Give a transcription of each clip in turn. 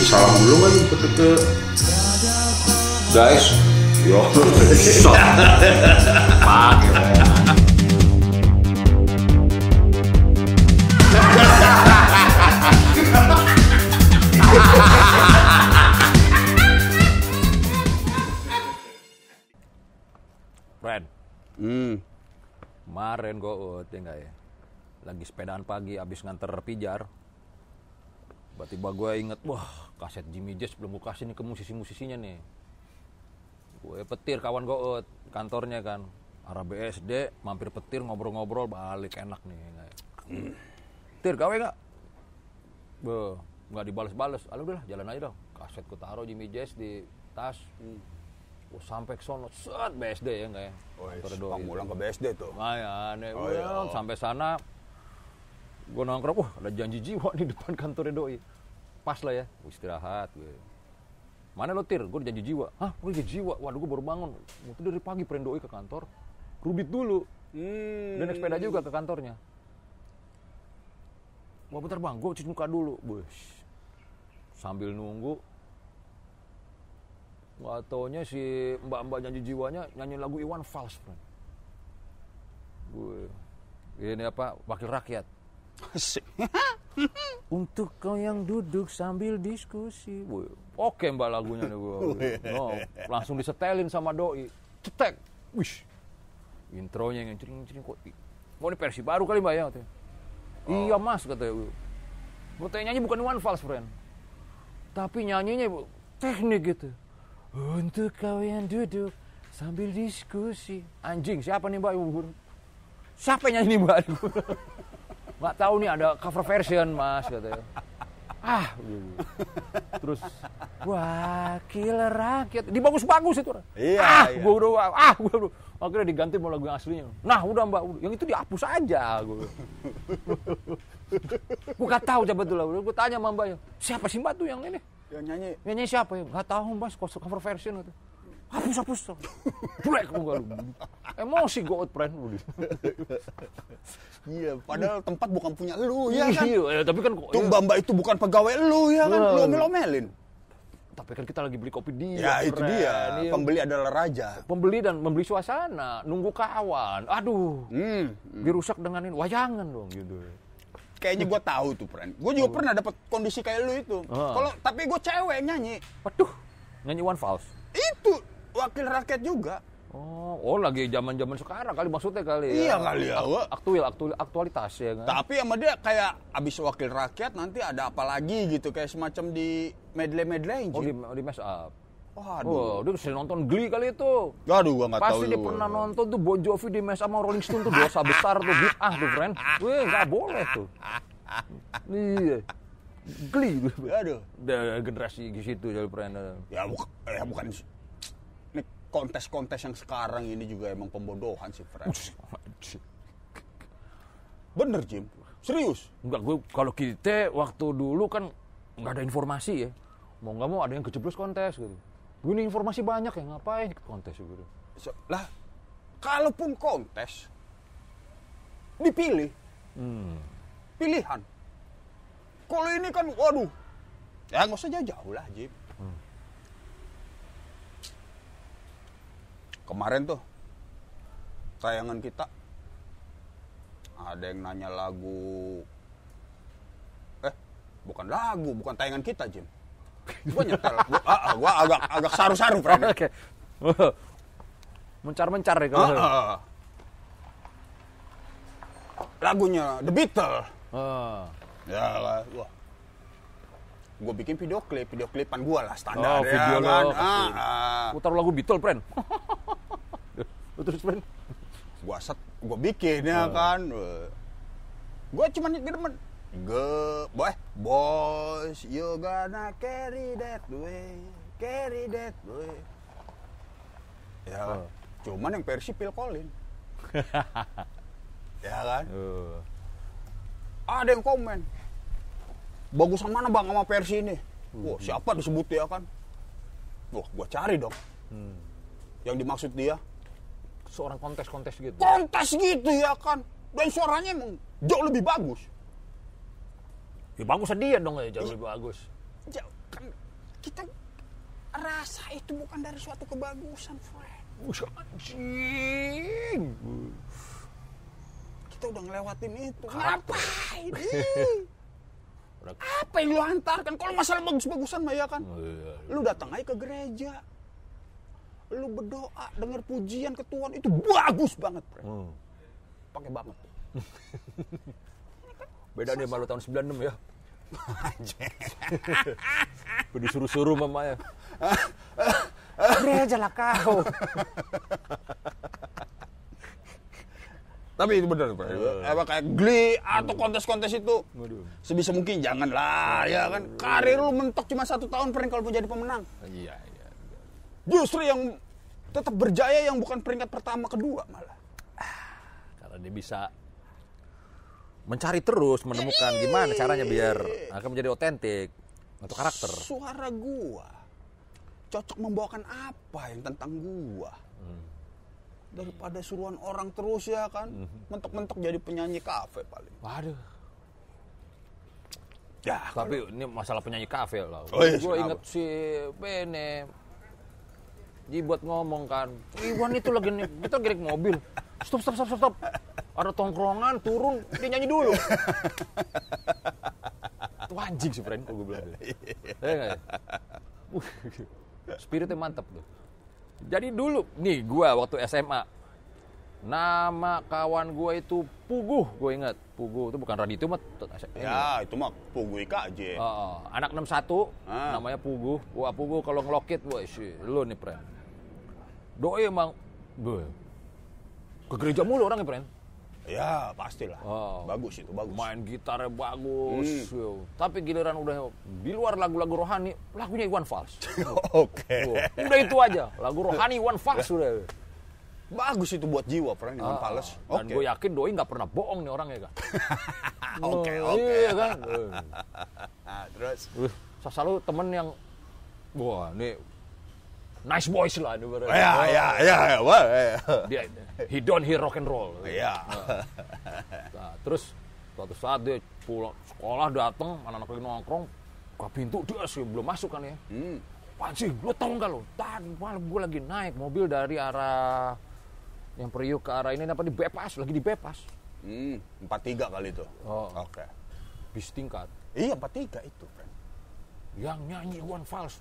Kasih salam dulu kan ke guys. Yo. Pakai. Friend. Kemarin gue enggak ya. Lagi sepedaan pagi abis nganter pijar. Tiba-tiba gue inget, wah kaset Jimmy Jazz belum gue kasih nih ke musisi-musisinya nih. Gue petir kawan gue kantornya kan. Arah BSD, mampir petir ngobrol-ngobrol balik enak nih. Tir gawe gak? Nggak dibales-bales. Alah udahlah jalan aja dong. Kaset gue taruh Jimmy Jazz di tas. Sampai ke sono, set BSD ya enggak ya? Bang pulang ke BSD tuh. Nah, aneh. Sampai sana, gue nongkrong, ada janji jiwa nih depan kantornya doi. Pas lah ya, gue istirahat. Gue. Mana lo Tir? Gue janji jiwa. Hah? Gue janji jiwa? Waduh, gue baru bangun. Itu dari pagi pren doi ke kantor. Rubit dulu. Dan naik sepeda juga ke kantornya. Wah bentar bang, gue cuci muka dulu. Bush. Sambil nunggu, nggak taunya si mbak-mbak janji jiwanya nyanyi lagu Iwan Fals, friend. Gue ini apa? Wakil rakyat. Untuk kau yang duduk sambil diskusi. Oke mbak lagunya nih gue. Langsung disetelin sama doi. Cetek. Wish. Intronya yang cering-cering kok. Mau ini versi baru kali mbak ya? Iya mas katanya. Gue tanya nyanyi bukan Iwan Fals, friend. Tapi nyanyinya teknik gitu. Untuk kau yang duduk sambil diskusi. Anjing, siapa nih mbak? Siapa yang nyanyi nih mbak? Nggak tahu nih ada cover version mas katanya. Terus wakil rakyat, dibagus-bagus itu. Iya. Gue udah, akhirnya diganti mau lagu yang aslinya. Nah udah mbak, yang itu dihapus aja. Gue nggak tahu siapa tuh lah. Gue tanya sama mbak, siapa sih mbak tuh yang ini? Yang nyanyi. Yang nyanyi siapa ya? Nggak tahu mas, cover version itu. Hapus. Black gue emosi gue friend. Iya, padahal tempat bukan punya lu ya kan. Iya, tapi kan tuh mbak itu bukan pegawai lu ya kan. Lu omel-omelin. Tapi kan kita lagi beli kopi dia. Ya itu dia. Iya. Pembeli adalah raja. Pembeli dan membeli suasana, nunggu kawan. Aduh. Dirusak dengan ini wayangan dong gitu. Kayaknya gue tahu tuh, friend. Gue juga pernah dapat kondisi kayak lu itu. Tapi gue cewek nyanyi. Waduh. Nyanyi Iwan Fals. Itu wakil rakyat juga. Oh lagi zaman-zaman sekarang kali maksudnya kali ya. Iya kali ya. Aktualitas ya kan. Tapi sama dia kayak abis wakil rakyat nanti ada apa lagi gitu kayak semacam di medley-medley. Di mess up. Waduh. Dia sering nonton Glee kali itu. Aduh, gua nggak tahu. Pasti dia pernah nonton tuh Bon Jovi di mess up sama Rolling Stone tuh dosa besar tuh bid'ah tuh, friend. Nggak boleh tuh. Iya. Glee. Aduh. Generasi gitu ya, friend. Ya bukan. Ini kontes-kontes yang sekarang ini juga emang pembodohan sih, friend. Bener, Jim. Serius. Enggak, gue kalau kita waktu dulu kan nggak ada informasi ya. Mau nggak mau ada yang kejeblos kontes gitu. Gue ini informasi banyak ya, ngapain ikut kontes gitu. Lah, kalaupun kontes dipilih, pilihan. Kalau ini kan, waduh, ya nggak usah jauh-jauh lah, Jim. Kemarin tuh tayangan kita ada yang nanya lagu, bukan tayangan kita, Jim. Gue nyetel, gue agak saru-saru, friend. Oke. Mencar-mencar ya kalau. Lagunya The Beatles. Ya lah, wah. Gue bikin video klipan gue lah standar ya video kan. Putar lagu Beatles, friend. Terus, friend. Gue bikin ya kan. Gue cuma demen. Boys, you gonna carry that way. Ya, cuman yang versi Phil Collins. Ya kan? Ada yang komen. Bagusan mana bang sama versi ini? Wah, siapa disebut ya kan? Wah, gua cari dong. Yang dimaksud dia seorang kontes gitu. Kontes gitu ya kan. Dan suaranya emang jauh lebih bagus. Ya bagusnya dia dong ya, jauh lebih bagus. itu bukan dari suatu kebagusan, friend. Anjing. Kita udah ngelewatin itu. Karakter. Ngapain? Apa yang lu hantarkan? Kalau masalah bagus-bagusan mah ya kan. Lu datang aja ke gereja. Lu berdoa, denger pujian ke Tuhan, itu bagus banget, friend. Pakai banget. Beda nih malu tahun 96 ya. Disuruh-suruh mamanya. Gereja lah kau. Tapi itu benar, Pak. Apa kayak Glee atau kontes-kontes itu. Sebisa mungkin janganlah, ya kan. Karir lu mentok cuma 1 tahun, friend, kalau mau jadi pemenang. Iya. Justru yang tetap berjaya yang bukan peringkat pertama, kedua malah. Karena dia bisa mencari terus, menemukan gimana caranya biar akan menjadi otentik untuk karakter. Suara gua cocok membawakan apa yang tentang gua. Daripada suruhan orang terus ya kan. Mentok-mentok jadi penyanyi kafe paling. Waduh. Ya, Tapi ini masalah penyanyi kafe lah. Oh, iya, Gue kenapa? inget si Bene. Dia buat ngomong kan, Iwan itu lagi nih, kita lagi naik mobil. Stop. Ada tongkrongan, turun, dia nyanyi dulu. Itu anjing sih, friend, kalau gue bilang. Iya nggak ya? Spiritnya mantap tuh. Jadi dulu, nih gue waktu SMA, nama kawan gue itu Puguh, gue ingat. Puguh itu bukan Raditya mah. ya itu mah Pugu IKJ. Anak 61, namanya Puguh. Wah, Puguh kalau ngelokit, wah sih, lu nih, friend. Doi emang, ke gereja mulu orangnya, friend. Ya, pastilah. Bagus itu, bagus. Main gitarnya bagus. Yo. Tapi giliran udah di luar lagu-lagu rohani, lagunya Iwan Fals. Oke. Udah itu aja, lagu rohani Iwan Fals udah. Bagus itu buat jiwa, friend, Iwan Fals. Dan gue yakin Doi nggak pernah bohong nih orangnya kan. Oke. Iya kan. Terus? Selalu temen yang, wah ini nice boys lah. Ya. Wah. Dia, he don't hear rock and roll. Iya. Nah, terus suatu saat dia pulang sekolah datang, anak-anak lagi nongkrong, ke pintu dia sih belum masuk kan ya. Anjing, lo tau nggak lo? Tadi malam gue lagi naik mobil dari arah yang Priuk ke arah ini apa di Bepas, lagi di Bepas. 43 kali itu. Oke. Bis tingkat. Iya, 43 itu, friend. Yang nyanyi Iwan Fals.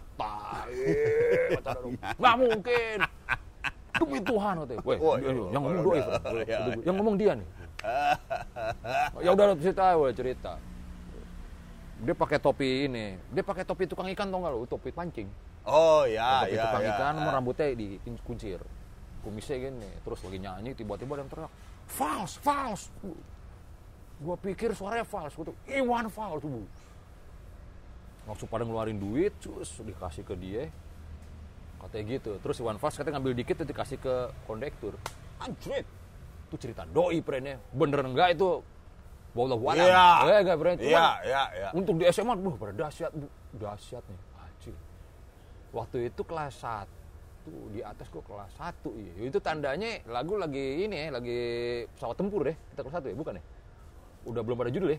Nggak mungkin. Demi Tuhan katanya. Yang ngomong Doi. Yang ngomong dia nih. Ya udah cerita. Dia pakai topi ini. Dia pakai topi tukang ikan, tau nggak lo? Topi pancing. Oh ya. Topi tukang ikan, rambutnya dikuncir. Kumisnya gini. Terus lagi nyanyi, tiba-tiba ada yang teriak, Fals. Gua pikir suaranya Fals. Gua tuh, Iwan Fals. Langsung pada ngeluarin duit, terus dikasih ke dia. Katanya gitu. Terus Iwan Fals katanya ngambil dikit, terus dikasih ke kondektur. Anjrit. Itu cerita Doi, friend-nya. Bener enggak itu? Wallahu a'lam. Iya. Enggak, friend. Iya. Untuk di SMA, pada dahsyat nih. Anjir. Waktu itu kelas 1, di atas gua kelas 1. Iya. Itu tandanya lagu lagi ini ya, lagi pesawat tempur deh. Kita kelas 1 ya, bukan ya? Udah belum ada judul ya?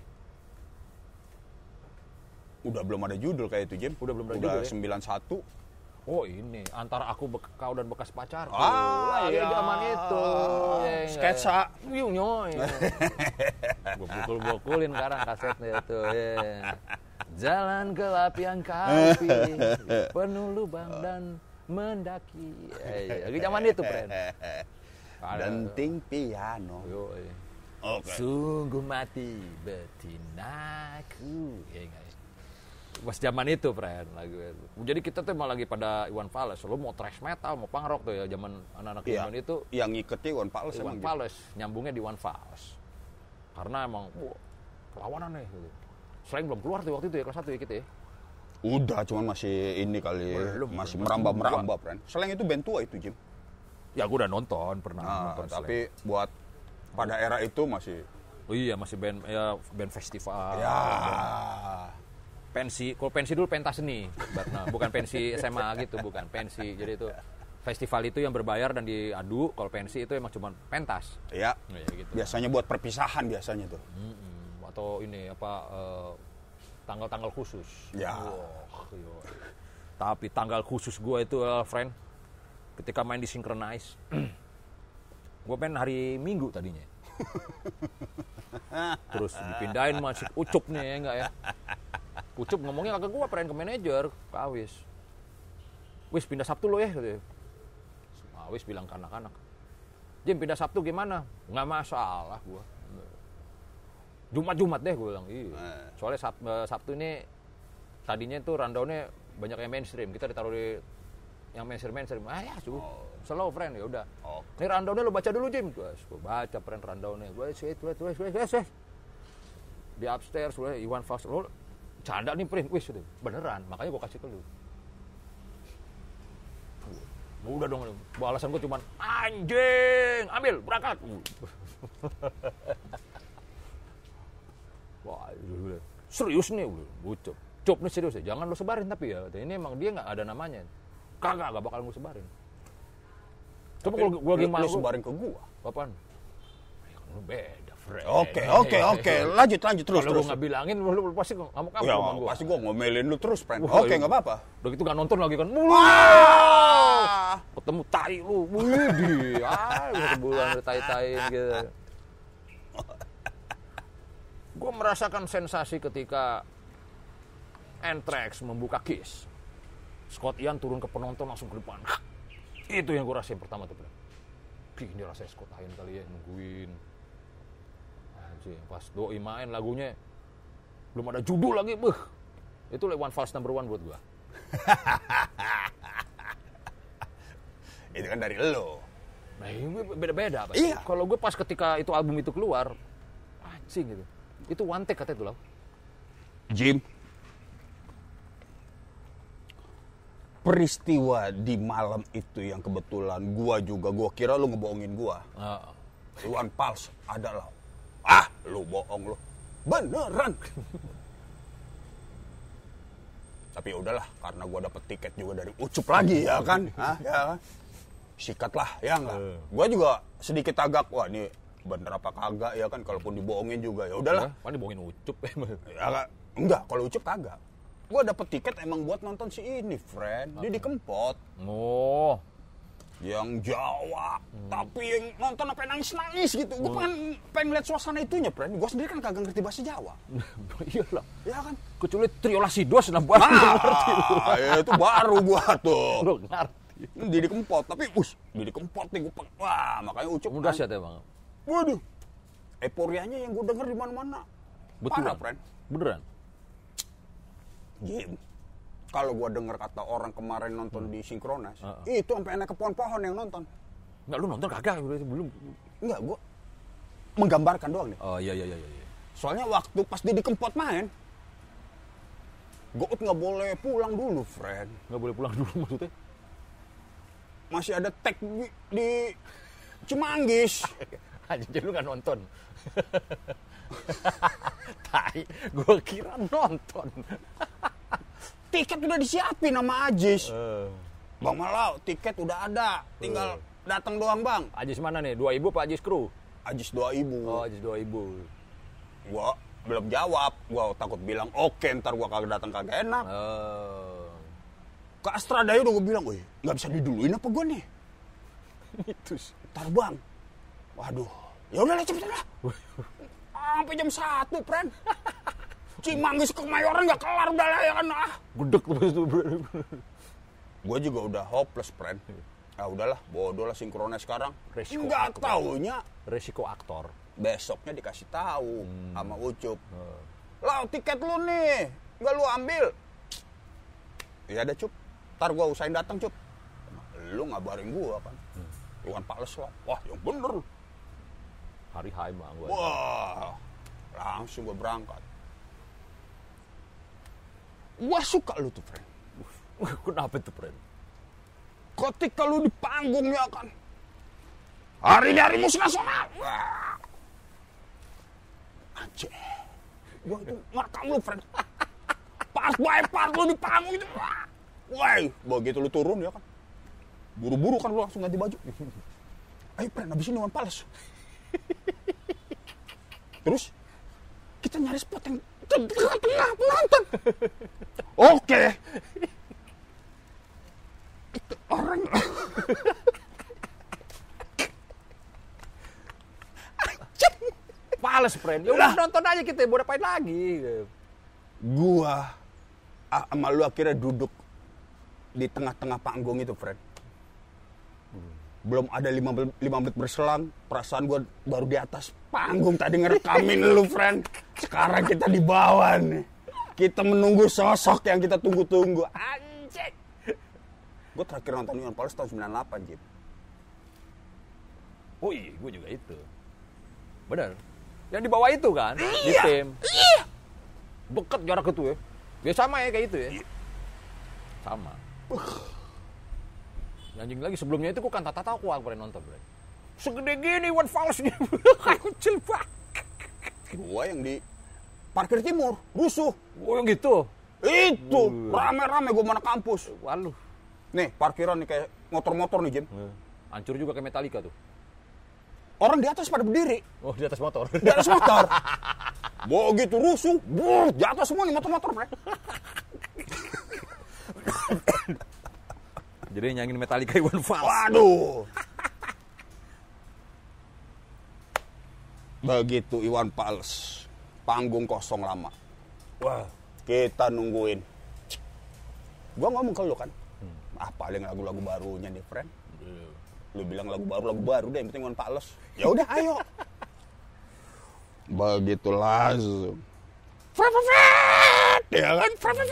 Udah belum ada judul kayak itu, Jim. Udah belum ada judul ya? 91. Oh ini, antara aku kau dan bekas pacar. Iya. Zaman itu. Sketsa. Nyoy. Gue pukul-pukulin sekarang kasetnya itu. Jalan gelap yang kau pilih, penuh lubang dan mendaki. Zaman itu, friend. Denting piano. Oke. Sungguh mati betinaku. Pas zaman itu, friend, lagu itu. Jadi kita tuh emang lagi pada Iwan Fals. Lo mau thrash metal, mau punk rock tuh ya, zaman anak-anak zaman itu. Yang ngiketnya Iwan Fals. Iwan Fals, nyambungnya di Iwan Fals. Karena emang, perlawanan nih. Gitu. Slang belum keluar tuh waktu itu ya, kelas 1 ya kita ya. Udah, cuman masih ini kali. Masih merambah-merambah, friend. Slang itu band tua itu, Jim. Ya, gue udah nonton, pernah nonton tapi Slang. Buat pada era itu masih... Oh iya, masih band festival. Ya. Pensi, kalau pensi dulu pentas seni, bukan pensi SMA gitu, bukan pensi. Jadi itu festival itu yang berbayar dan diadu. Kalau pensi itu emang cuma pentas. Iya. Gitu. Biasanya buat perpisahan biasanya tuh. Atau ini apa tanggal-tanggal khusus. Ya. Tapi tanggal khusus gue itu, friend, ketika main di Synchronize, gue main hari Minggu tadinya. Terus dipindahin masih Ucup nih ya enggak ya. Ucup ngomongnya kagak gue, friend, ke manajer, ke Awis. Wis pindah Sabtu lo ya, katanya. Awis bilang ke anak-anak, Jim pindah Sabtu gimana? Nggak masalah gue. Jumat deh gue bilang. Iya. Soalnya Sabtu ini tadinya itu rundownnya banyak yang mainstream. Kita ditaruh di yang mainstream. Ya sudah. Slow, friend, ya udah. Ini rundownnya lo baca dulu, Jim. Gue baca, friend, rundownnya. Gue wait. Di upstairs, Iwan Fals. Lo canda nih, friend. Wih, sudah beneran. Makanya gue kasih ke lu. Udah dong, alasan gue cuman anjing, ambil, berangkat. Wah, serius nih, Ucup. Cup nih serius ya, jangan lo sebarin tapi ya. Ini emang dia nggak ada namanya. Kagak bakal gue sebarin. Coba kalau gue lagi malu sebarin ke gua. Apaan? Lu beda, friend. Oke. Lanjut terus. Kalau gue nggak bilangin, lu pasti ngamuk Ya, sama gue. pasti gua ngomelin lu terus, friend. Oke, nggak apa-apa. Udah gitu nggak nonton lagi kan. Ketemu tai lu. Widih. Sebulan udah tai-tain gitu. Gue merasakan sensasi ketika Anthrax membuka Kiss. Scott Ian turun ke penonton langsung ke depan. Itu yang gue rasain pertama tuh. Ini rasanya Scott Ian kali ya, nungguin. Anjir, pas doi main lagunya belum ada judul lagi. Itu Iwan Fals number 1 buat gue. Itu kan dari lo. Nah, ini beda-beda. Iya. Kalau gue pas ketika itu album itu keluar, anjing gitu. Itu one take katanya tuh, Lau. Jim, peristiwa di malam itu yang kebetulan gua kira lu ngebohongin gua. Iwan Fals ada, Lau. Lu bohong lu. Beneran. Tapi ya udahlah, karena gua dapet tiket juga dari Ucup lagi ya kan. Ya kan. Sikatlah ya enggak. Gua juga sedikit agak, wah ini bener apa kagak ya kan, kalaupun dibohongin juga ya udahlah. Mana dibohongin Ucup Ya enggak, kalau Ucup kagak. Gua dapet tiket emang buat nonton si ini, friend. Dia di Kempot. Oh. Yang Jawa, tapi yang nonton apa nangis-nangis gitu. Gua pengen lihat suasana itunya, friend. Gua sendiri kan kagak ngerti bahasa Jawa. Iyalah. Ya kan? Kecuali Triolasidos nah baru ngerti lu. Itu baru gua tuh. Lu ngerti. Dia di Kempot, tapi dia di Kempot nih gua. Wah, makanya Ucup. Udah sih ya, Bang. Waduh. Euforianya yang gua denger di mana-mana. Betul, parah, friend. Beneran. Jim, kalau gua denger kata orang kemarin nonton di Synchronize, itu sampai naik ke pohon-pohon yang nonton. Enggak, lu nonton kagak belum? Enggak, gua menggambarkan doang nih. Oh iya. Soalnya waktu pas dia di Kempot main, Gout nggak boleh pulang dulu, friend. Nggak boleh pulang dulu maksudnya? Masih ada tag di Cimanggis. Anjir, lu nggak nonton. Tai, gue kira nonton. Tiket udah disiapin sama Ajis. Bang Malau, tiket udah ada. Tinggal datang doang, Bang. Ajis mana nih? 2.000 apa Ajis Kru? Ajis 2.000. Oh, Ajis 2.000. Gua belum jawab. Gua takut bilang, oke, ntar gua kagak datang kagak enak. Ke Astra Daya udah gua bilang, wih, nggak bisa diduluin apa gua nih? Itu sih. Ntar, Bang. Waduh. Ya udah cepet lah. Sampai jam 1, friend. Cimanggis ke Kemayoran nggak kelar udah lah ya kan. Gudeg tuh. Gue juga udah hopeless, friend. Udahlah, bodoh lah Synchronize sekarang. Resiko nggak aktor. taunya Resiko aktor. besoknya dikasih tahu sama Ucup. Lau, tiket lu nih, nggak lu ambil? Iya ada, Cup. Ntar gue usahain datang, Cup. Lu ngabarin gue kan. Iwan Fals lah. Wah, yang bener. Hari high mah gue. Wah, langsung gue berangkat. Gue suka lu tuh, friend. Kenapa tuh, friend? Ketika lu di panggung ya kan. Hari musik nasional. Wah. Anjir. Gue itu ngerekam lu, friend. Pas part lu di panggung itu. Wah, begitu lu turun ya kan. Buru-buru kan lu langsung ganti baju. Ayo, friend, habisin Iwan Fals. Terus kita nyari spot yang tengah penonton. Oke. males, friend. Ya udah nonton aja kita, mau ngapain lagi. Gua sama lu akhirnya duduk di tengah-tengah panggung itu, friend. Belum ada 5 menit berselang, perasaan gua baru di atas panggung tadi ngerekamin lu, friend. Sekarang kita di bawah nih. Kita menunggu sosok yang kita tunggu-tunggu. Anjing. Gua terakhir nonton Iwan Fals tahun 98, Jim. Oh iya, gue juga itu. Benar. Yang di bawah itu kan, di Iya. tim. Iya. Deket jarak itu ya. Ya sama ya kayak itu ya. Sama. Anjing lagi sebelumnya itu gue kan tata tahu aku pernah nonton, bro. Segede gini Iwan Fals nih. Kecil banget. Gua yang di parkir timur, rusuh. Oh yang gitu. Itu, rame-rame gua mana kampus. Waluh. Nih, parkiran nih kayak motor-motor nih, Jim. Hancur juga kayak Metallica tuh. Orang di atas pada berdiri. Oh di atas motor. Di atas motor. Begitu rusuh, jatuh semuanya motor-motor, Bre. Jadi nyanyiin Metallica Iwan Fals. Waduh. Begitu Iwan Fals, panggung kosong lama. Wah, kita nungguin. Gua ngomong ke lu kan, paling lagu-lagu barunya nih, friend. Lu bilang lagu baru deh, yang penting Iwan Fals. Ya udah, ayo. Begitu langsung. Ya kan,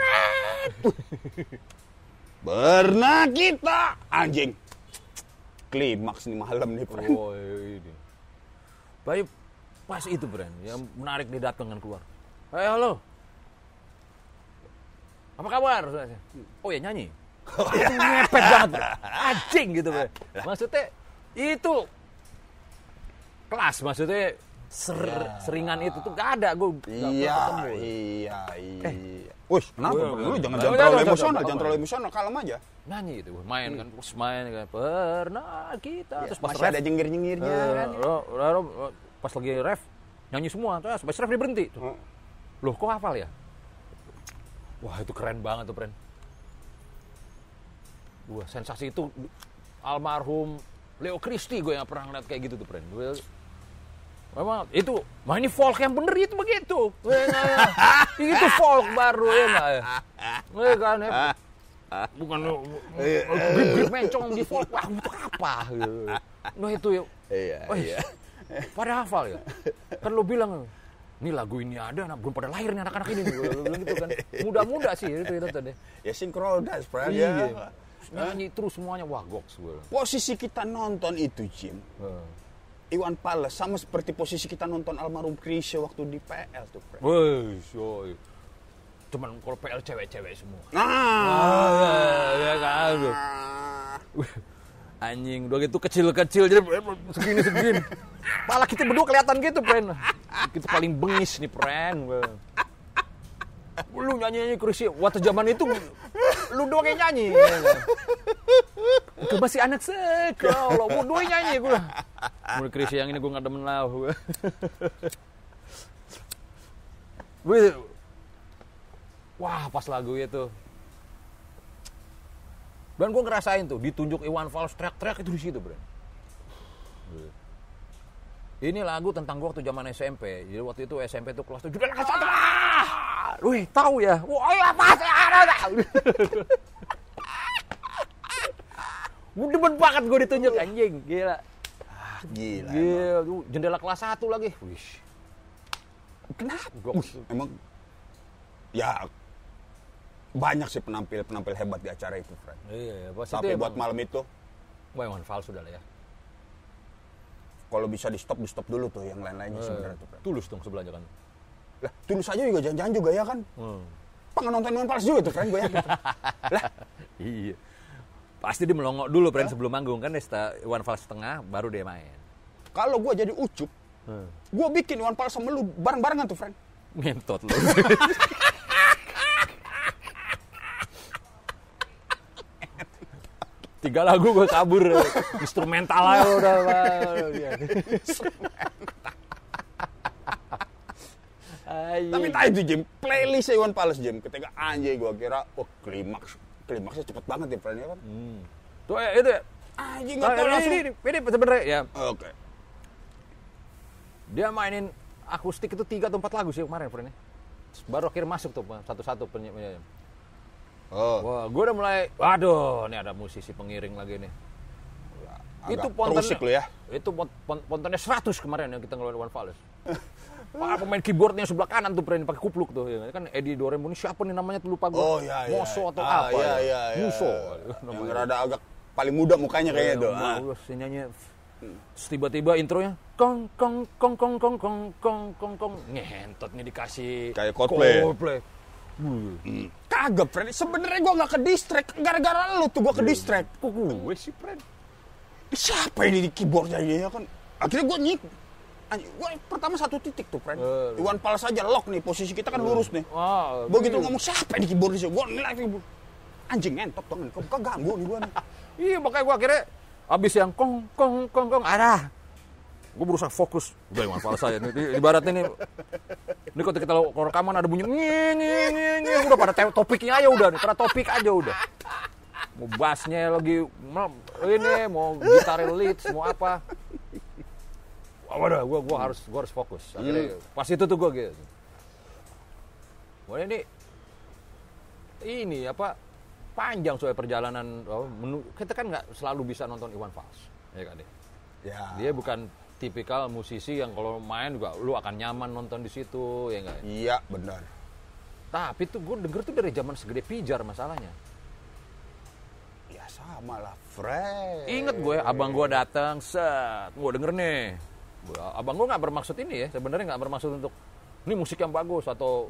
pernah kita anjing. Klimaks nih malam nih, friend. Oh ini. Baik pas itu Bren, yang menarik dia datang kan keluar. Hei halo. Apa kabar? Oh ya nyanyi. Itu ngepet banget Bren. Anjing gitu Bren. Maksudnya itu kelas maksudnya seringan itu tuh gak ada gue. Iya. Wih, kenapa? Lu jangan terlalu emosional, jangan terlalu emosional, kalem aja. Nyanyi itu, main kan, terus main kan. Pernah kita, terus pas masih ada jenggir-jenggirnya kan. Pas lagi ref, nyanyi semua, terus pas ref dia berhenti. Loh, kok hafal ya? Wah, itu keren banget tuh, Pren. Wah, sensasi itu almarhum Leo Christie gue yang pernah ngeliat kayak gitu tuh, Pren. Memang itu, ini folk yang bener itu begitu. Itu folk baru ya nggak ya? Kan ya. Bukan grip mencong di folk, wah untuk apa gitu. Nah itu ya. Iya. Pada hafal ya. Kan lo bilang, nih lagu ini ada, belum pada lahir nih anak-anak ini. Lo bilang gitu kan. Muda-muda sih itu tadi. Ya sinkronis, Pren. Iya. Nyanyi terus semuanya, wah goks gue. Posisi kita nonton itu, Jim. Iwan Fals sama seperti posisi kita nonton almarhum Chrisye waktu di PL tuh, Pren. Wih, cuman kalau PL cewek-cewek semua. Ya kan. Anjing, udah gitu kecil-kecil jadi segini. Malah kita berdua kelihatan gitu, Pren. Kita paling bengis nih, Pren. Lu nyanyi Chrisye waktu zaman itu lu doang yang nyanyi. Gue masih anak sekolah, mau dua nyanyi gue. Mulai Chrisye yang ini gue nggak demen lah. Wah pas lagu itu. Dan gue ngerasain tuh ditunjuk Iwan Fals teriak-teriak itu di situ, Bro. Ini lagu tentang gue waktu zaman SMP. Jadi waktu itu SMP tuh kelas 7 dan kelas 1. Wih, tahu ya. Wah, iya pasti ada. Demen banget gue ditunjuk anjing, gila. Gila. Jendela kelas 1 lagi. Wih. Kenapa? Emang ya banyak sih penampil hebat di acara itu, Frank. Iya, tapi buat malam itu, wah Iwan Fals sudah lah ya. Kalau bisa di stop dulu tuh yang lain-lainnya sebenarnya tuh, Frank. Tulus dong sebelahnya kan. Lah, Tulus aja juga jangan-jangan juga ya kan. Pengen nonton Iwan Fals juga tuh, Frank, gue yakin. Lah, iya. Pasti dia melongok dulu, Frank, sebelum manggung kan. Iwan Fals setengah, baru dia main. Kalau gue jadi Ucup, gue bikin Iwan Fals sama lu bareng-barengan tuh, Frank. Ngentot lu. Tiga lagu gue kabur, instrumental aja udah. Tapi tak itu, Jim, playlist Iwan Fals, Jim, ketika anjay gue kira, klimaksnya cepet banget ya, Frank, ya kan? Tuh itu ya. Anjing nggak tahu langsung. Ini sebenarnya ya. Oke. Dia mainin akustik itu 3 atau 4 lagu sih kemarin, friend. Baru akhir masuk tuh satu-satu penyanyi. Wah, gue udah mulai, waduh, ini ada musisi pengiring lagi nih. Itu terusik lo ya. Itu pontennya 100 kemarin yang kita ngeluarin Iwan Fals. Pemain keyboardnya sebelah kanan tuh, friend, pakai kupluk tuh. Ya. Kan Edi Doremo ini siapa nih namanya tuh lupa gue. Oh iya. Moso atau apa? Iya. Muso. Yang rada agak paling muda mukanya kayaknya tuh. Nyanyi. Tiba-tiba intronya kong kong kong kong kong kong kong kong kong ngentotnya dikasih kayak Coldplay. Kagak, friend. Sebenarnya gue nggak ke distract gara-gara lu tuh gue ke distract. Kok gue sih, friend? Siapa ini di keyboardnya ya kan? Akhirnya gue gue pertama 1 titik tuh, friend. Iwan Fals aja lock nih, posisi kita kan lurus nih. Begitu ngomong siapa ini keyboardnya, gue nilai anjing ngentot dong, kok ganggu nih gue nih. Iya, makanya gue akhirnya abis yang kong kong kong kong ada. Gue berusaha fokus. Udah Iwan Fals saya nih, ibaratnya nih. Ini kalau kita rekaman ada bunyi udah pada topiknya aja udah nih, pada topik aja udah. Mau bassnya lagi ini, mau gitar lead, mau apa. Waduh, gue harus fokus. Akhirnya pas itu tuh gue gitu. Wah ini apa panjang soal perjalanan. Kita kan nggak selalu bisa nonton Iwan Fals, ya kan deh. Ya. Dia bukan tipikal musisi yang kalau main juga lu akan nyaman nonton di situ, ya nggak? Iya, benar. Tapi tuh gue denger tuh dari zaman Segede Pijar masalahnya. Ya sama lah, friend. Ingat gue, abang gue datang, set, gue denger nih. Abang gue nggak bermaksud ini ya, sebenarnya nggak bermaksud untuk ini musik yang bagus atau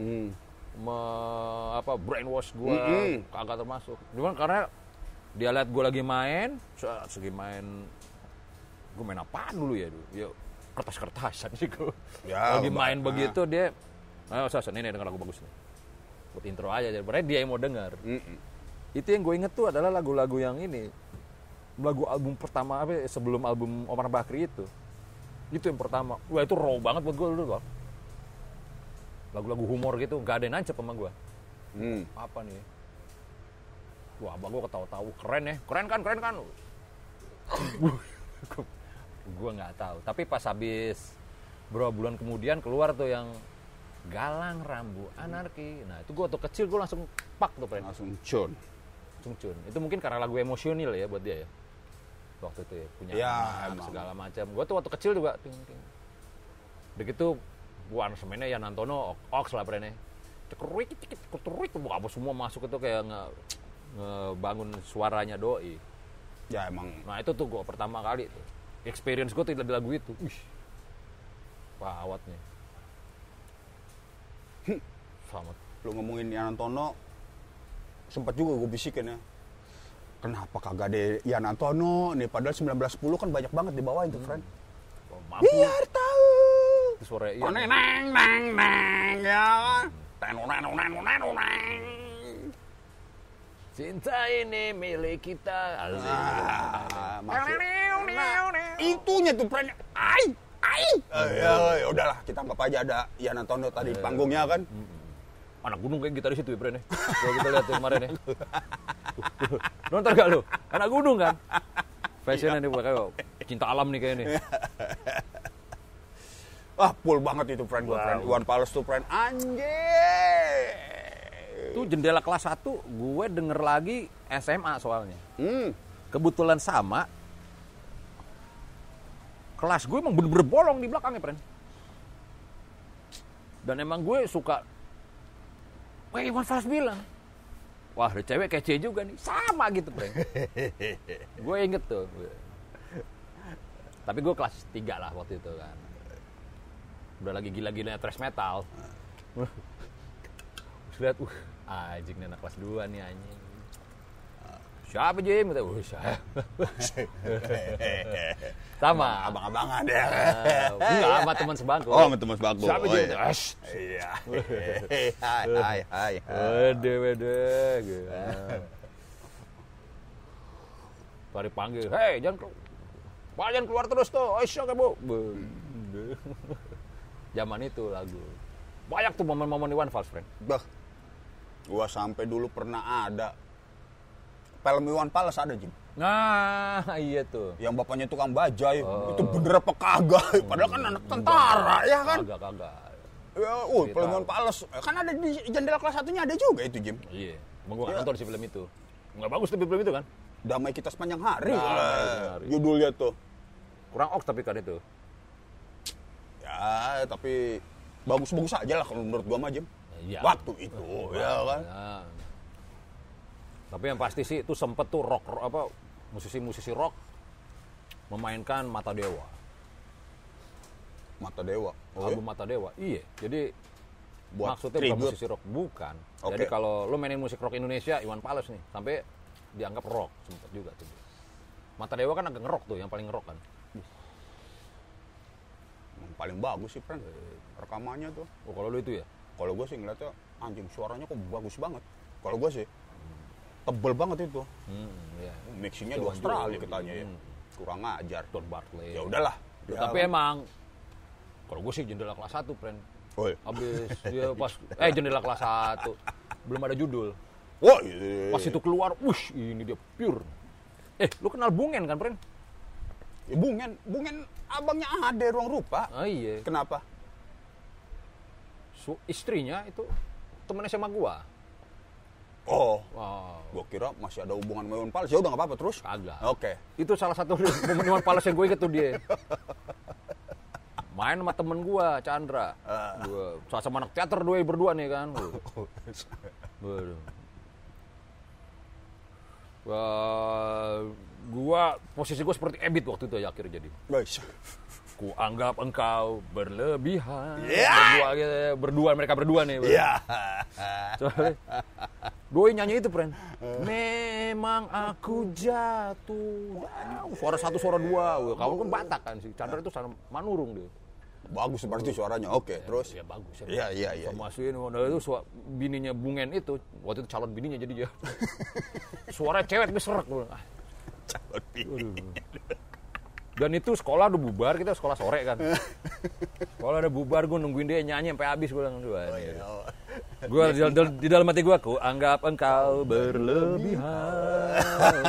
brainwash gue, kagak termasuk. Cuman karena dia lihat gue lagi main, segi main, gue main apaan dulu ya dulu, ya kertas-kertasan sih gue. Ya, lagi main begitu dia, ayo Sasan ini denger lagu bagus nih, buat intro aja, berarti dia yang mau denger. Itu yang gue inget tuh adalah lagu-lagu yang ini, lagu album pertama sebelum album Omar Bakri itu yang pertama. Wah itu raw banget buat gue dulu loh. Lagu-lagu humor gitu, gak ada yang nancep sama gue. Apa nih? Wah abang gue ketawa-tawa, keren ya, keren kan. Gue nggak tahu. Tapi pas habis beberapa bulan kemudian keluar tuh yang Galang Rambu Anarki. Nah itu gue waktu kecil gue langsung pak tuh, friend. Langsung cun. Itu mungkin karena lagu emosional ya buat dia ya. Waktu itu ya punya anak, segala macam. Gue tuh waktu kecil juga ting. Begitu buan semennya ya Nantono Ox lah brene. Cekeruik apa semua masuk itu kayak ngebangun suaranya doi. Ya emang. Nah itu tuh gue pertama kali tuh experience gue tuh di lagu itu. Pawatnya. Selamat. Lu ngomongin Yan Antono, sempat juga gue bisikin ya. Kenapa kagak ada Yan Antono nih? Padahal 1910 kan banyak banget dibawain tuh, friend. Biar tahu. Suara iya. Neng ya kan. Cinta ini milik kita. Itunya tuh, friend. Ya udahlah, kita anggap aja ada Yan Antono tadi di panggungnya kan. Anak gunung kayak gitaris itu ya, Bren. Kalau kita lihat yang kemarin ya. Nonton gak lu? Anak gunung kan? Fashionnya nih kayak cinta alam nih kayaknya nih. Wah, full banget itu, friend. Friend Iwan Fals tuh, friend. Anjir. Tuh jendela kelas 1 gue denger lagi SMA soalnya. Kebetulan sama kelas gue emang bener-bener bolong di belakangnya, friend. Dan emang gue suka. Wah, Iwan Fals bilang, wah ada cewek kece juga nih, sama gitu, friend. Gue inget tuh. Tapi gue kelas 3 lah waktu itu kan. Udah lagi gila-gilanya thrash metal. Terus lihat, anjing nih anak kelas 2 nih anjing. Siapa Jim? Siapa? Sama. Abang-abangan ya. Enggak, sama teman sebangku. Oh, sama teman sebangku. Siapa Jim? Iya. Hai. Wede. Gitu. Pari panggil, hei jangan keluar terus tuh. Aisyah kamu. Zaman itu lagu. Banyak tuh momen-momen Iwan Fals, friend. Gua sampai dulu pernah ada film Iwan Fals ada, Jim. Nah, iya tuh. Yang bapaknya tukang bajai. Itu bener apa kagak? Padahal kan anak tentara, ya kan? Kagak. Ya, Pelabuhan Pales. Kan ada di jendela kelas 1-nya ada juga itu, Jim. Iya. Emang gua nonton si film itu. Nggak bagus tapi film itu kan? Damai Kita Sepanjang Hari. Hari. Judulnya tuh. Kurang oks tapi kan itu. Ya, tapi bagus-bagus aja lah kalau menurut gua mah, Jim. Iya. Waktu itu, ya kan? Ya. Tapi yang pasti sih itu sempet tuh musisi-musisi rock memainkan Mata Dewa. Mata Dewa. Album Mata Dewa. Iya. Jadi Buat maksudnya bukan tribute. musisi rock, bukan. Oke. Jadi kalau lo mainin musik rock Indonesia, Iwan Fals nih, sampai dianggap rock sempet juga tuh. Mata Dewa kan agak ngerok tuh, yang paling ngerok kan. Yang paling bagus sih, friend. Rekamannya tuh. Oh, kalau lo itu ya? Kalau gue sih ngeliatnya anjing suaranya kok bagus banget. Kalau gue sih tebel banget itu. Iya. Mixingnya di Australia katanya ya. Kurang ajar. Don Bartley. Ya udahlah. Tapi emang kalau gue sih jendela kelas 1, friend. Oh, iya. Abis dia pas jendela kelas 1 belum ada judul. Wah, iya. Pas itu keluar, wush, ini dia pure. Lu kenal Bungen kan, friend? Ya, Bungen abangnya ada Ruang Rupa. Ah iya. Kenapa? Istrinya itu temen SMA gua. Oh, Wow. gua kira masih ada hubungan sama Iwan Fals. Ya udah nggak apa-apa terus. Kagak. Oke. Itu salah satu momen Iwan Fals yang gue inget tuh dia. Main sama temen gua, Chandra. Gua sama anak teater berdua nih kan. Waduh. Gua posisi gua seperti Ebit waktu itu ya akhirnya jadi. Guys. Ku anggap engkau berlebihan. Yeah. Mereka berdua nih. Iya. Doi nyanyi itu, friend. Memang aku jatuh. Suara 1, suara 2. Kamu kan Batak kan sih. Chandra itu sana Manurung dia. Bagus seperti suaranya. Oke, terus. Ya bagus. Iya. Sama Aswin, itu bininya Bungen itu. Waktu itu calon bininya jadi dia. Suaranya cewek beserak. Calon bini. Dan itu sekolah udah bubar, kita sekolah sore kan. Sekolah udah bubar, gue nungguin dia nyanyi sampai habis. Gue bilang, gue di dalam hati gue, aku anggap engkau berlebihan.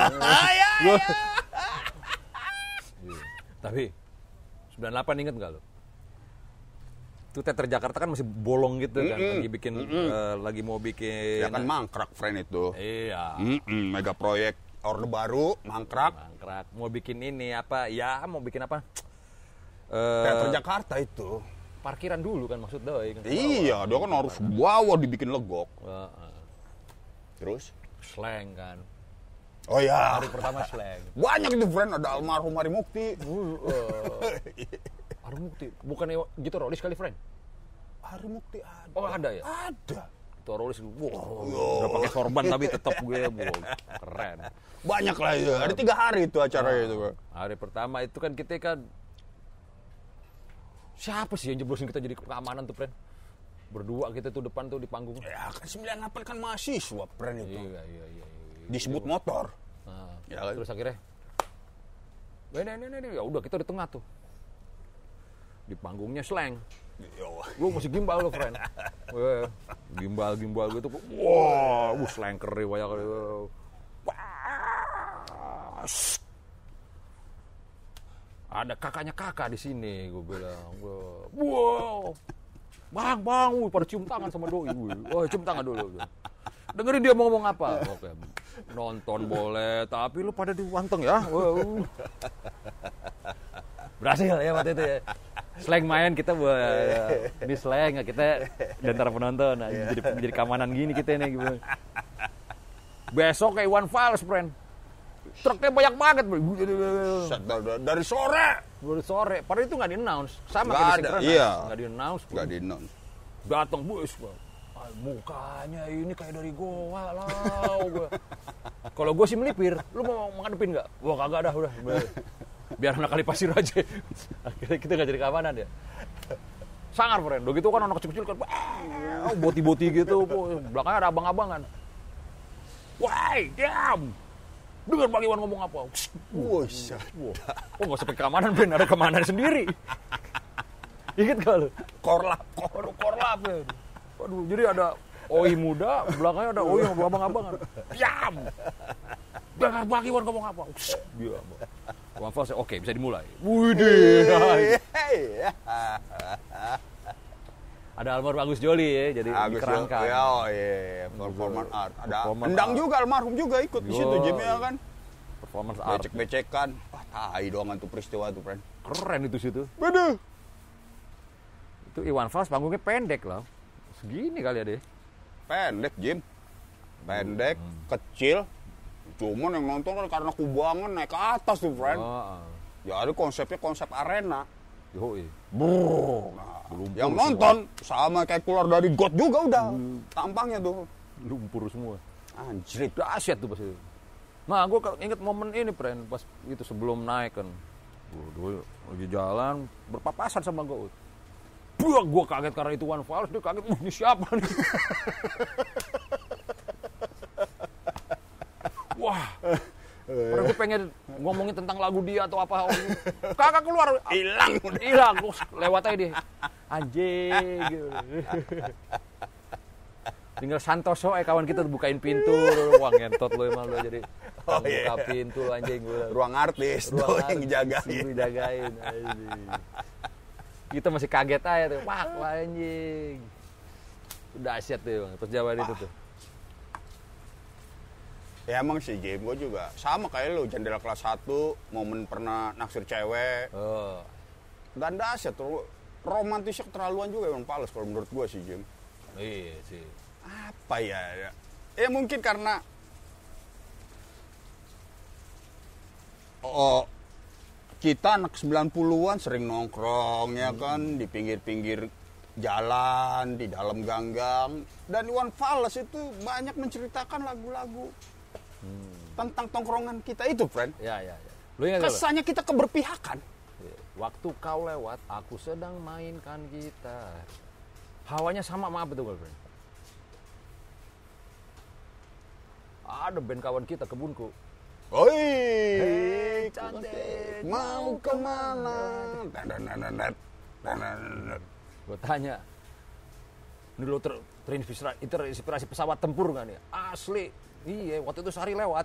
Tapi 98 inget nggak lo? Itu teater Jakarta kan masih bolong gitu kan, lagi mau bikin. Ya kan mangkrak, friend itu. Iya. Mega proyek Orde Baru, mangkrak. Mau bikin ini apa? Ya mau bikin apa? Teater Jakarta itu. Parkiran dulu kan maksud doi kan. Iya, dia kan harus bawah dibikin legok. Terus? Slang kan. Oh ya. Hari pertama slang. Banyak itu, friend. Ada almarhum Hari Mukti. Hari Mukti. Bukannya gitu Rolis kali, friend? Hari Mukti ada. Oh, ada ya? Ada. Itu Rolis, udah pakai sorban tapi tetap gue, keren. Banyak lah itu. Ada 3 hari itu acaranya itu. Hari pertama itu kan kita kan siapa sih yang jeblosin kita jadi keamanan tuh, friend? Berdua kita tuh depan tuh di panggung. Ya kan 98 kan mahasiswa, friend itu. Iya. Disebut motor. Ya, terus akhirnya ini ya udah kita di tengah tuh. Di panggungnya slang. Lu masih gimbal lo, friend. Gimbal gitu. Wah, slang keri banyak. Ada kakaknya kakak di sini, gue bilang. Wow, bang, pada cium tangan sama doi. Wah, cium tangan dulu. Dengerin dia mau ngomong apa. Oke, nonton boleh, tapi lu pada diwanteng ya. Wow. Berhasil ya waktu itu ya. Slang main kita buat di slang kita dan para penonton jadi keamanan gini kita nih gitu. Besok kayak Iwan Fals, friend. Truknya banyak banget, dari sore. Padahal itu nggak di-announce. Sama Nggak kayak ada, di Synchronize. iya. Nggak di-announce. Datang bus, mukanya ini kayak dari goa lah. Kalau gue sih melipir, lu mau menghadepin nggak? Wah kagak dah udah. Biar anak kali pasir aja. Akhirnya kita nggak jadi keamanan ya. Sangar, friend. Begitu kan anak kecil-kecil kan, boti-boti gitu. Belakangnya ada abang-abangan. Wah, diam. Dengar Bang Iwan ngomong apa? Wah, oh nggak usah pakai keamanan, friend. Ada keamanan sendiri. Ingat gak lu? Korlap. Ya. Waduh, jadi ada OI muda, belakangnya ada OI yang abang-abangan. Diam. Bagi Wan ngomong apa? Dia. Iwan Fals, oke bisa dimulai. Widih. Ada almarhum Agus Joli ya, jadi dikerangkan. Oh iya, performance art. Ada Endang juga, almarhum juga ikut di situ Jim ya kan. Performance art. Becek-becekan. Wah, tai doang tuh peristiwa tuh, friend. Keren itu situ. Bener. Itu Iwan Fals panggungnya pendek loh. Segini kali ya deh. Pendek, Jim. Pendek, kecil. Cuman yang nonton kan karena kubangan naik ke atas tuh, friend. Jadi konsepnya konsep arena. Yoi. Nah, yang nonton sama kayak keluar dari got juga udah. Tampangnya tuh. Lumpur semua. Anjir. Dahsyat tuh pas itu. Nah, gue inget momen ini, friend. Pas itu sebelum naik kan. Gue lagi jalan, berpapasan sama Gout. Gue kaget karena itu Iwan Fals. Dia kaget, ini siapa nih? Wah. Padahal gue pengen ngomongin tentang lagu dia atau apa. Kagak keluar. Hilang. Lewat aja dia. Anjing. Gitu. Tinggal Santoso kawan kita bukain pintu. Wah ngentot lo emang lo jadi. Buka pintu lo anjing. Ruang artis. Ruang yang dijagain. Kita masih kaget aja tuh. Wah anjing. Dahsyat tuh bang. Terus jawaban itu tuh. Ya emang sih Jim, gue juga sama kayak lu, jendela kelas 1, momen pernah naksir cewek. Dan dahsyat tuh, romantisnya keterlaluan juga Iwan Fals kalau menurut gue sih Jim. Iya sih. Apa ya? Ya mungkin karena kita anak 90-an sering nongkrong ya kan di pinggir-pinggir jalan, di dalam ganggang. Dan Iwan Fals itu banyak menceritakan lagu-lagu tentang tongkrongan kita itu, friend. Ya. Lu ingat kesannya kita keberpihakan. Waktu kau lewat, aku sedang mainkan gitar. Hawanya sama apa tuh, friend? Ada band kawan kita, Kebunku. Oi, cantik, mau kemana? Gue tanya, ini lo terinspirasi pesawat tempur nggak nih? Asli. Iya, waktu itu sehari lewat.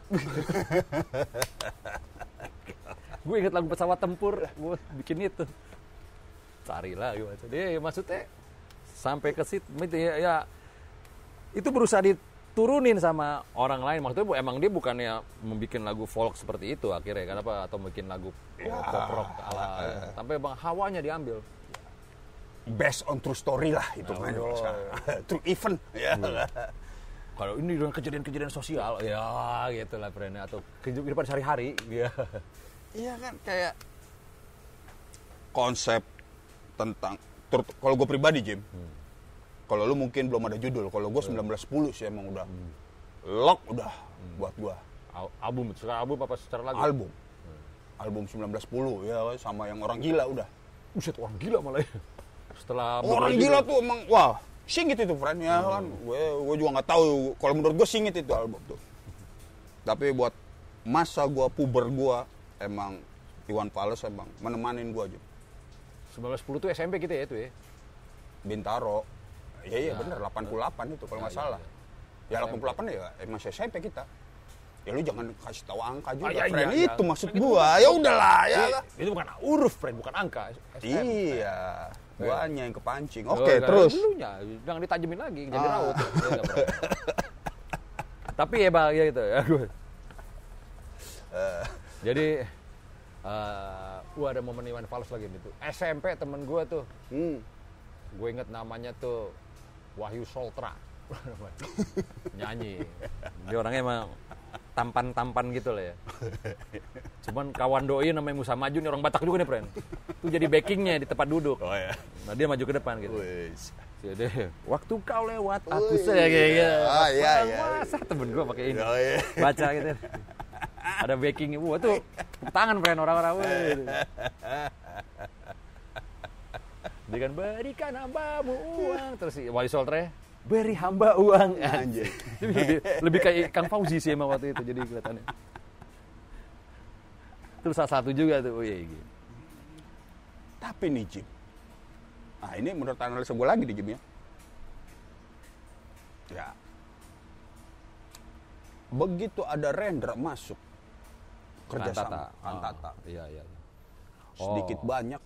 Gue inget lagu pesawat tempur, gue bikin itu. Sehari lah, jadi maksudnya sampai ke situ, ya itu berusaha diturunin sama orang lain. Maksudnya emang dia bukannya membuat lagu folk seperti itu akhirnya, kenapa? Atau bikin lagu pop rock ala, sampai bang hawanya diambil. Based on true story lah itu kan. True event. Ya. Kalau ini dengan kejadian-kejadian sosial, ya gitu lah friend, atau kehidupan sehari-hari, ya. Iya kan, kayak konsep tentang, kalau gue pribadi Jim, kalau lu mungkin belum ada judul, kalau gue 1910 sih emang udah lock udah buat gue. Album, secara album apa secara lagu? Album. Album 1910 ya, sama yang Orang Gila udah. Buset, Orang Gila malah ya. Setelah Orang Gila tuh emang, wah. Singit itu friend ya kan, gue juga nggak tahu. Kalau menurut gue singit itu album tuh. Tapi buat masa gue puber gue, emang Iwan Fals emang menemanin gue aja. 1910 tuh SMP kita ya itu ya. Bintaro, iya bener 88 itu kalau nggak salah. Ya 88 ya emang SMP kita. Ya lu jangan kasih tahu angka juga, friend. Itu maksud gue. Ya udahlah ya. Itu bukan huruf friend, bukan angka. Iya. Guanya yang kepancing. Oke, terus. Dulunya, jangan ditajemin lagi, jadi raut. Tapi ya bang, ya gitu ya gue. Jadi, ada momen Iwan Fals lagi gitu. SMP temen gue tuh, gue inget namanya tuh Wahyu Soltra, nyanyi. Dia orangnya emang tampan-tampan gitu lah ya. Cuman kawan doi namanya Musa Maju nih, orang Batak juga nih, friend. Itu jadi backingnya di tempat duduk. Oh ya. Nah dia maju ke depan gitu. Jadi waktu kau lewat, aku iya. Masa temen gue pakai ini. Baca gitu. Ada backingnya. Wah tuh tangan, friend, orang-orang. Dia kan berikan hambamu uang. Terus Wahyu Soltra, beri hamba uang. Anjir. lebih kayak Kang Fauzi sih emang waktu itu jadi kelihatannya. Terus salah satu juga tuh, gitu. Tapi nih Jim, nah ini menurut analisa gue lagi nih Jim ya. begitu ada Rendra masuk kerjasama Kantata, Iya. sedikit banyak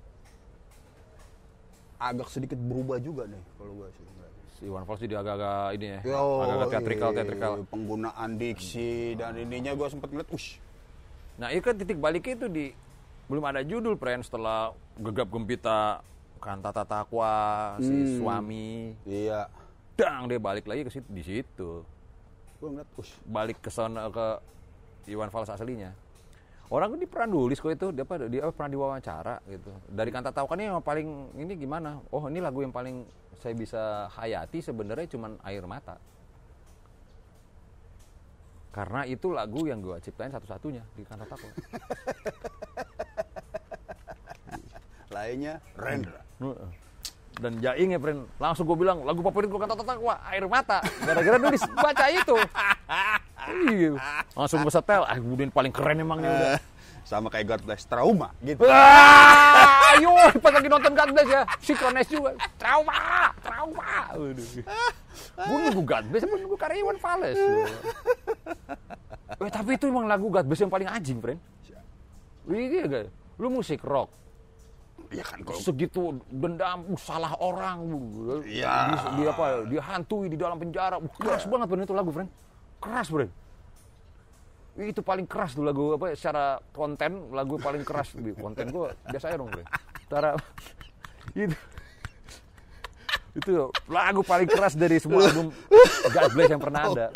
agak sedikit berubah juga nih kalau gue sih. Si Iwan Fals jadi agak-agak ini ya, Yo, agak-agak teatrikal. Penggunaan diksi dan ininya gue sempat ngeliat, Nah itu kan titik baliknya itu belum ada judul, Pren, setelah Gegap Gempita, Kantata Takwa, si Suami. Iya. Dang, dia balik lagi ke situ, di situ. Gue ngeliat, Balik ke sana ke Iwan Fals aslinya. Orang kan dia pernah nulis kok itu, dia pernah diwawancara gitu. Dari Kantata Takwa ini yang paling ini gimana? Oh, ini lagu yang paling saya bisa hayati sebenarnya cuman Air Mata. Karena itu lagu yang gue ciptain satu-satunya di Kantata Takwa. Lainnya Rendra. Dan Jaing ya, friend, langsung gue bilang lagu favorit gue Kantata Takwa, Air Mata, gara-gara nulis baca itu. Iya, langsung gue setel, kemudian paling keren emangnya udah. Sama kayak God Bless, Trauma gitu. Ayo, pas lagi nonton God Bless ya, sinkronis juga. Trauma. Gue nunggu God Bless, apa nunggu karya Iwan Fals. Tapi itu emang lagu God Bless yang paling anjing, friend. Iya gak? Lu musik rock. Iya kan kalau Segitu dendam, salah orang, Iya. Dia hantui di dalam penjara. Keras banget bener itu lagu, friend. Keras, friend. Itu paling keras tuh lagu secara konten, lagu paling keras. Konten gue biasa aja dong, friend. Secara itu lagu paling keras dari semua album God Bless yang pernah ada.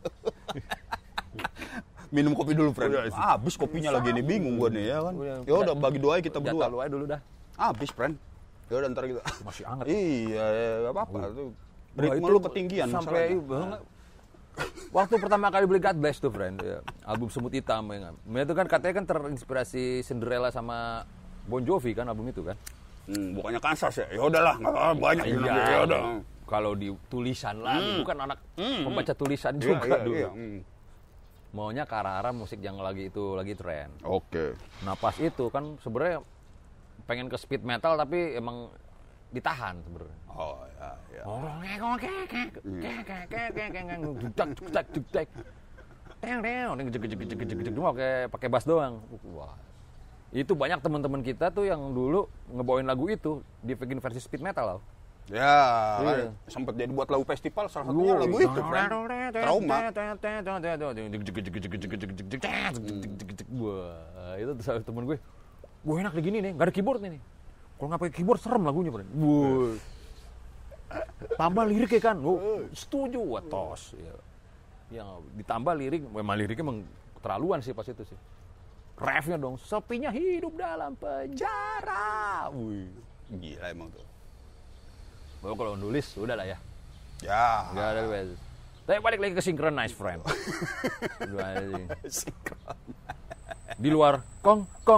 minum kopi dulu, friend. Habis kopinya lagi nih, bingung gue nih ya kan. Ya udah bagi doa kita berdua. Jatah lu aja dulu dah. Habis, friend. Ya udah ntar kita. Masih hangat. Iya, enggak apa-apa tuh. Ritme lu ketinggian sampai waktu pertama kali beli God Bless tuh, friend, ya, album Semut Hitam ya kan. Itu kan katanya kan terinspirasi Cinderella sama Bon Jovi kan album itu kan. Bukannya Kansas ya. Ya udahlah, banyak Iya, ya udah. Kalau di tulisan lagi, bukan anak pembaca tulisan juga dulu. Iya. Maunya ke arah-arah musik yang lagi tren. Oke. Nah pas itu kan sebenarnya pengen ke speed metal tapi emang ditahan sebenarnya. Oh ya. Pakai bass doang. Wah. Itu banyak teman-teman kita tuh yang dulu ngebawain lagu itu dibikin versi speed metal loh. Ya, sempat jadi buat lagu festival salah satunya lagu itu, friend. Trauma. Wah, itu tuh temen gue. Gue enak di gini nih, nggak ada keyboard nih. Kalau nggak pakai keyboard serem lagunya, friend. Wah. Tambah liriknya kan, setuju, tos. Yang ditambah lirik, memang liriknya emang keterlaluan sih pas itu sih. Refnya dong, sepinya hidup dalam penjara. Wih, gila emang tuh. Kalau nulis udah lah ya. Ya. Nggak ada best. Tapi balik lagi ke Synchronize, friend. Di luar kong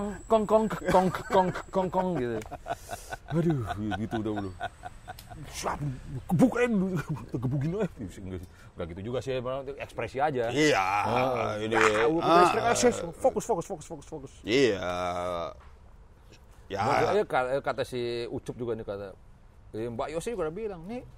gitu. Aduh, gitu udah dulu. Kebukin enggak gitu juga sih, ekspresi aja. Iya. Ini fokus. Iya. Ya. Kata si Ucup juga nih, kata Mbak Yosi juga udah bilang nih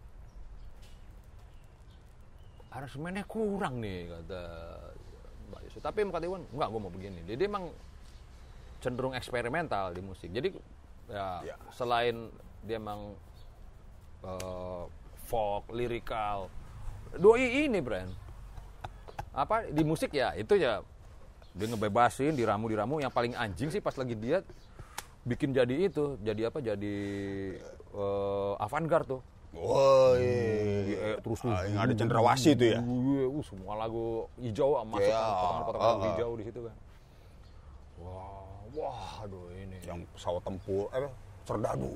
aransemennya kurang nih, kata Mbak Yosi. Tapi kata Iwan, enggak, gue mau begini. Jadi emang cenderung eksperimental di musik. Jadi ya. Selain dia emang folk, lirikal, doi ini, brand apa di musik ya itu ya dia ngebebasin, diramu. Yang paling anjing sih pas lagi dia bikin jadi avant-garde tuh. Woi. Terus yang ada Cendrawasih itu ya. Semua lagu hijau masuk potongan-potongan lagu hijau di situ kan. Wah, aduh ini. Yang pesawat tempur, Serdadu.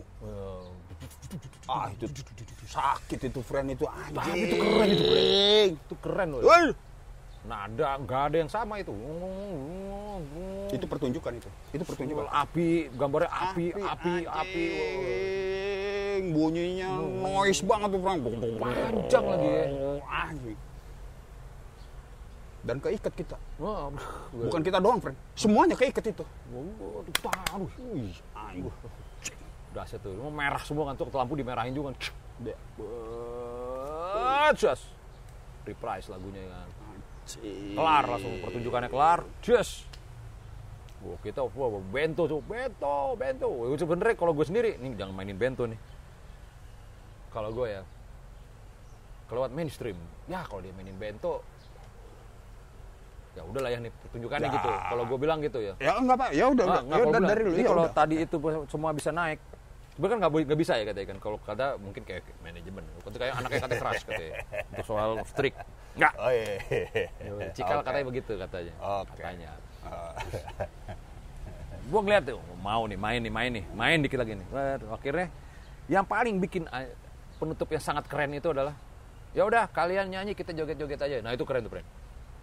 Itu sakit itu, friend, itu anjing. Tapi itu keren itu, friend. Itu keren loh. Nada nggak ada yang sama itu. Itu pertunjukan itu. Itu pertunjukan. Api, gambarnya api. Bunyinya noise banget tuh, friend. Panjang lagi ya. Anjing. Dan keikat kita. Bukan kita doang, friend. Semuanya keikat itu. Taruh. Anjing. Dahsyat tuh. Merah semua kan tuh, lampu dimerahin juga kan. Just reprise lagunya kan. Kelar langsung pertunjukannya kelar. Yes. Wah, kita bento tuh, bento. Sebenarnya kalau gue sendiri, nih jangan mainin bento nih. Kalau gue ya, kelewat mainstream. Ya kalau dia mainin bento, ya udahlah ya nih pertunjukannya gitu. Kalau gue bilang gitu ya. Ya enggak Pak, ya udah. Dari lu ya. Kalau Udah. tadi itu semua bisa naik, sebenarnya kan nggak bisa ya katanya kan. Kalau kata mungkin kayak manajemen. Kalau kayak anaknya katanya keras katanya. Untuk soal strict. Enggak. Oh iya. Cikal katanya begitu katanya. Oke. Katanya. Gue ngeliat tuh, mau nih, main dikit lagi nih. Akhirnya yang paling bikin penutup yang sangat keren itu adalah, ya udah kalian nyanyi, kita joget-joget aja. Nah itu keren tuh, friend.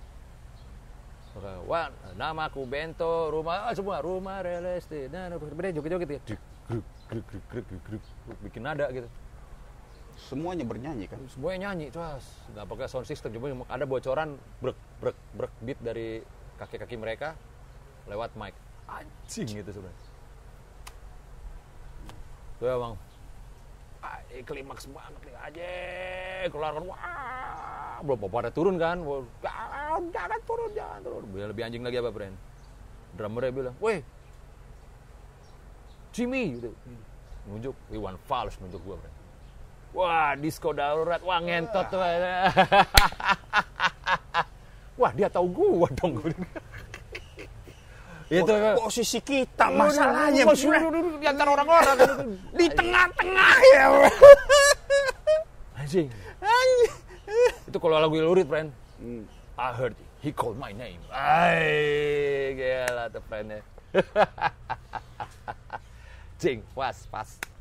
Wah, namaku Bento, semua rumah real estate. Nah, joget-joget ya. Gruk, bikin nada gitu. Semuanya bernyanyi kan? Semuanya nyanyi, terus nggak pakai sound system, cuma ada bocoran brek beat dari kaki-kaki mereka lewat mic. Anjing gitu sebenarnya. Itu emang klimaks banget nih aja. Keluar kan, wah, belum pada turun kan. Jangan turun. Lebih anjing lagi apa, friend? Drummernya bilang, "Weh, Jimmy," gitu. Nunjuk Iwan Fals nunjuk gua, friend. Wah, disco darurat. Wah, ngentot tuh. Wah, dia tahu gua dong. Itu posisi kita masalahnya di antara orang-orang di tengah-tengah ya. Anjing. Itu kalau lagu Lurid, friend. I heard he called my name. Gila tuh friendnya. Cing, pas.